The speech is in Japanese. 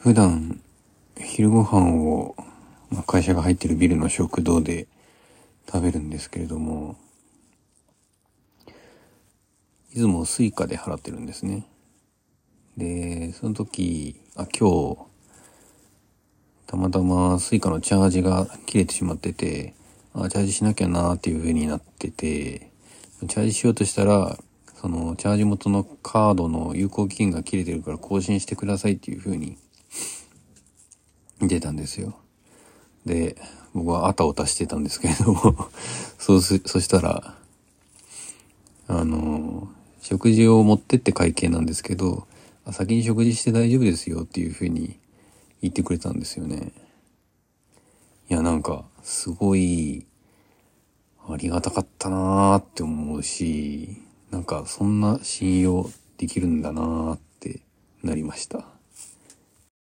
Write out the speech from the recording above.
普段昼ご飯を会社が入ってるビルの食堂で食べるんですけれども、いつもスイカで払ってるんですね。で、その時、今日たまたまスイカのチャージが切れてしまってて、チャージしなきゃなーっていう風になってて、チャージしようとしたら、そのチャージ元のカードの有効期限が切れてるから更新してくださいっていう風に出たんですよ。で、僕はあたを足してたんですけれどもそしたら、食事を持ってって会計なんですけど、先に食事して大丈夫ですよっていう風に言ってくれたんですよね。いや、すごい、ありがたかったなーって思うし、そんな信用できるんだなーってなりました。